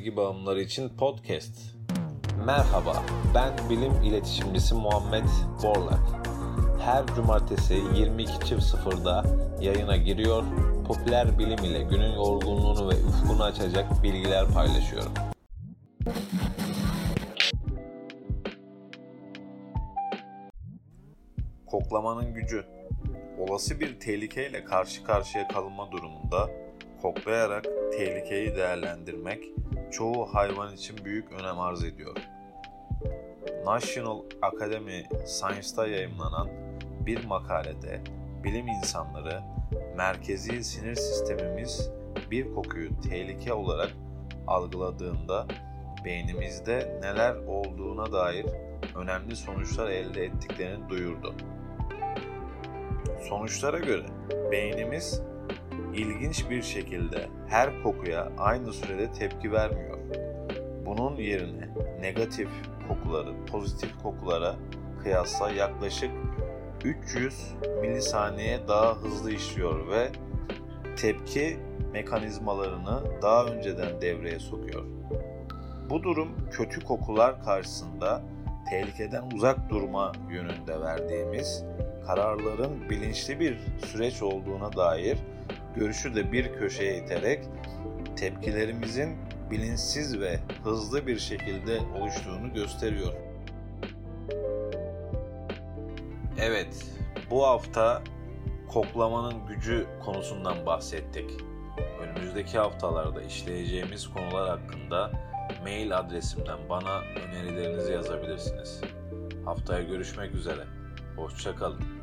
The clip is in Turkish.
bilgi bağımlıları için podcast. Merhaba, ben bilim iletişimcisi Muhammed Borlak. Her cumartesi 22.00'da yayına giriyor, popüler bilim ile günün yorgunluğunu ve ufkunu açacak bilgiler paylaşıyorum. Koklamanın gücü. Olası bir tehlikeyle karşı karşıya kalınma durumunda koklayarak tehlikeyi değerlendirmek çoğu hayvan için büyük önem arz ediyor. National Academy Science'da yayımlanan bir makalede bilim insanları merkezi sinir sistemimiz bir kokuyu tehlike olarak algıladığında beynimizde neler olduğuna dair önemli sonuçlar elde ettiklerini duyurdu. Sonuçlara göre beynimiz ilginç bir şekilde her kokuya aynı sürede tepki vermiyor. Bunun yerine negatif kokuları pozitif kokulara kıyasla yaklaşık 300 milisaniye daha hızlı işliyor ve tepki mekanizmalarını daha önceden devreye sokuyor. Bu durum kötü kokular karşısında tehlikeden uzak durma yönünde verdiğimiz kararların bilinçli bir süreç olduğuna dair görüşü de bir köşeye iterek tepkilerimizin bilinçsiz ve hızlı bir şekilde oluştuğunu gösteriyor. Evet, bu hafta koklamanın gücü konusundan bahsettik. Önümüzdeki haftalarda işleyeceğimiz konular hakkında mail adresimden bana önerilerinizi yazabilirsiniz. Haftaya görüşmek üzere. Hoşça kalın.